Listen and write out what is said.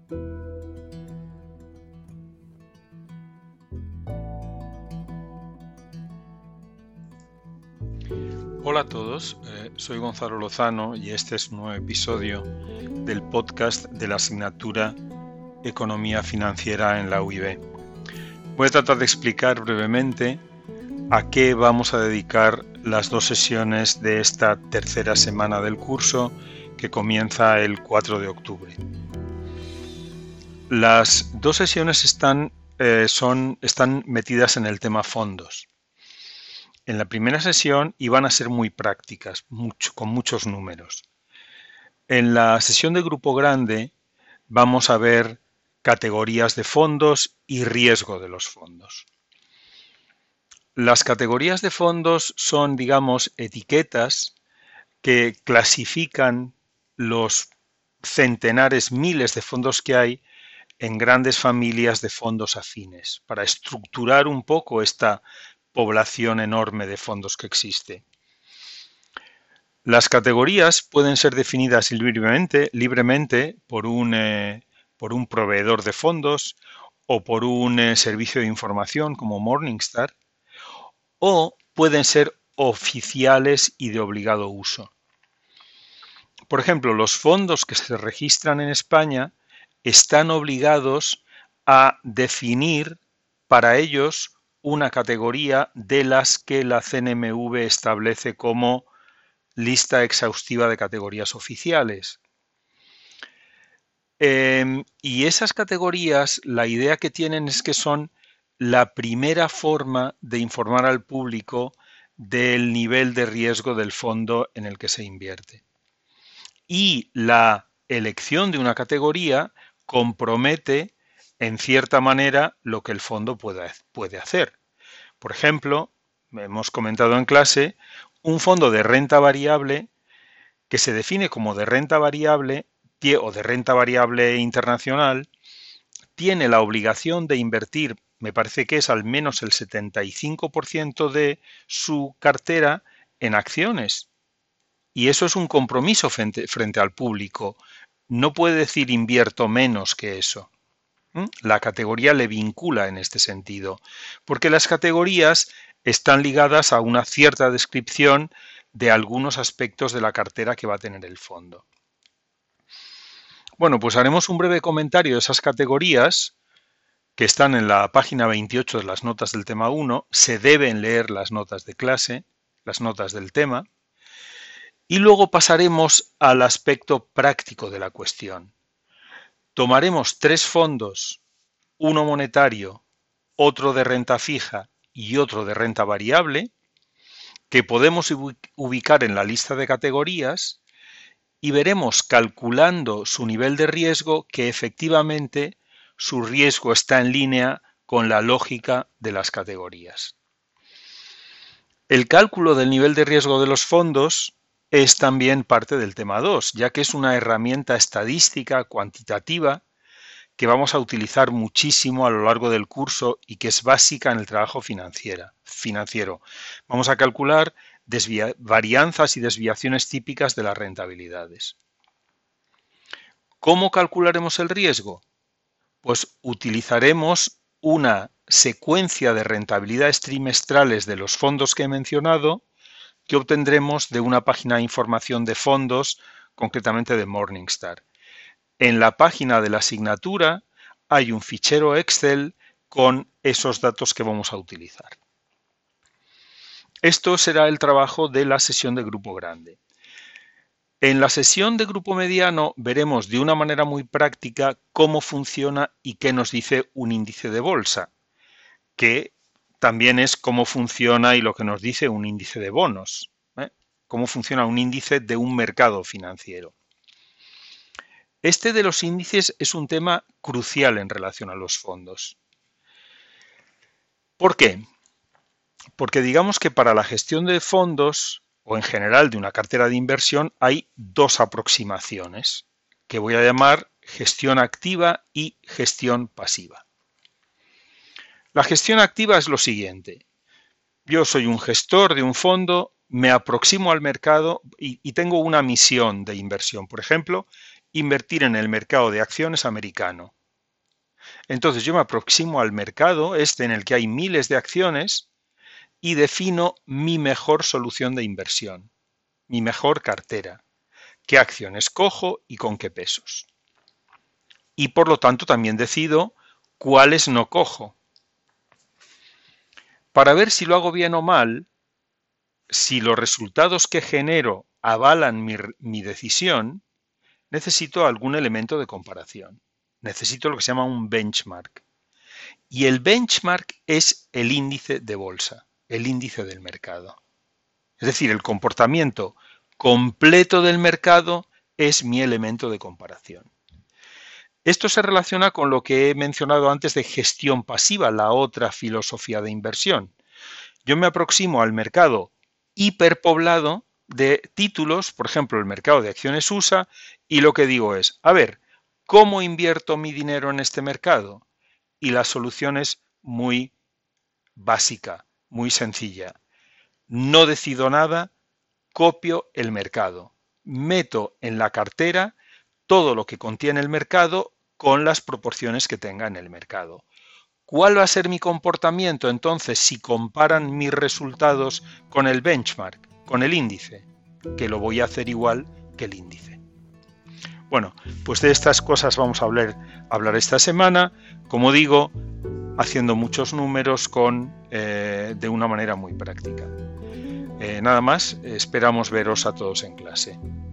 Hola a todos, soy Gonzalo Lozano y este es un nuevo episodio del podcast de la asignatura Economía Financiera en la UIB. Voy a tratar de explicar brevemente a qué vamos a dedicar las dos sesiones de esta tercera semana del curso que comienza el 4 de octubre. Las dos sesiones están metidas en el tema fondos. En la primera sesión iban a ser muy prácticas, con muchos números. En la sesión de grupo grande vamos a ver categorías de fondos y riesgo de los fondos. Las categorías de fondos son, digamos, etiquetas que clasifican los centenares, miles de fondos que hay en grandes familias de fondos afines, para estructurar un poco esta población enorme de fondos que existe. Las categorías pueden ser definidas libremente por un proveedor de fondos o por un servicio de información como Morningstar, o pueden ser oficiales y de obligado uso. Por ejemplo, los fondos que se registran en España están obligados a definir para ellos una categoría de las que la CNMV establece como lista exhaustiva de categorías oficiales. Y esas categorías, la idea que tienen es que son la primera forma de informar al público del nivel de riesgo del fondo en el que se invierte. Y la elección de una categoría compromete, en cierta manera, lo que el fondo puede hacer. Por ejemplo, hemos comentado en clase, un fondo de renta variable que se define como de renta variable o de renta variable internacional, tiene la obligación de invertir, me parece que es al menos el 75% de su cartera en acciones. Y eso es un compromiso frente al público. No puede decir invierto menos que eso. La categoría le vincula en este sentido, porque las categorías están ligadas a una cierta descripción de algunos aspectos de la cartera que va a tener el fondo. Bueno, pues haremos un breve comentario de esas categorías que están en la página 28 de las notas del tema 1. Se deben leer las notas de clase, las notas del tema, y luego pasaremos al aspecto práctico de la cuestión. Tomaremos tres fondos, uno monetario, otro de renta fija y otro de renta variable, que podemos ubicar en la lista de categorías y veremos, calculando su nivel de riesgo, que efectivamente su riesgo está en línea con la lógica de las categorías. El cálculo del nivel de riesgo de los fondos es también parte del tema 2, ya que es una herramienta estadística cuantitativa que vamos a utilizar muchísimo a lo largo del curso y que es básica en el trabajo financiero. Vamos a calcular varianzas y desviaciones típicas de las rentabilidades. ¿Cómo calcularemos el riesgo? Pues utilizaremos una secuencia de rentabilidades trimestrales de los fondos que he mencionado que obtendremos de una página de información de fondos, concretamente de Morningstar. En la página de la asignatura hay un fichero Excel con esos datos que vamos a utilizar. Esto será el trabajo de la sesión de grupo grande. En la sesión de grupo mediano veremos de una manera muy práctica cómo funciona y qué nos dice un índice de bolsa, que también es cómo funciona y lo que nos dice un índice de bonos, cómo funciona un índice de un mercado financiero. Este de los índices es un tema crucial en relación a los fondos. ¿Por qué? Porque digamos que para la gestión de fondos o en general de una cartera de inversión hay dos aproximaciones que voy a llamar gestión activa y gestión pasiva. La gestión activa es lo siguiente. Yo soy un gestor de un fondo, me aproximo al mercado y tengo una misión de inversión. Por ejemplo, invertir en el mercado de acciones americano. Entonces yo me aproximo al mercado en el que hay miles de acciones y defino mi mejor solución de inversión, mi mejor cartera, qué acciones cojo y con qué pesos. Y por lo tanto también decido cuáles no cojo. Para ver si lo hago bien o mal, si los resultados que genero avalan mi decisión, necesito algún elemento de comparación. Necesito lo que se llama un benchmark. Y el benchmark es el índice de bolsa, el índice del mercado. Es decir, el comportamiento completo del mercado es mi elemento de comparación. Esto se relaciona con lo que he mencionado antes de gestión pasiva, la otra filosofía de inversión. Yo me aproximo al mercado hiperpoblado de títulos, por ejemplo, el mercado de acciones USA, y lo que digo es, a ver, ¿cómo invierto mi dinero en este mercado? Y la solución es muy básica, muy sencilla. No decido nada, copio el mercado. Meto en la cartera todo lo que contiene el mercado con las proporciones que tenga en el mercado. ¿Cuál va a ser mi comportamiento entonces si comparan mis resultados con el benchmark, con el índice? Que lo voy a hacer igual que el índice. Bueno, pues de estas cosas vamos a hablar esta semana, como digo, haciendo muchos números de una manera muy práctica. Nada más, esperamos veros a todos en clase.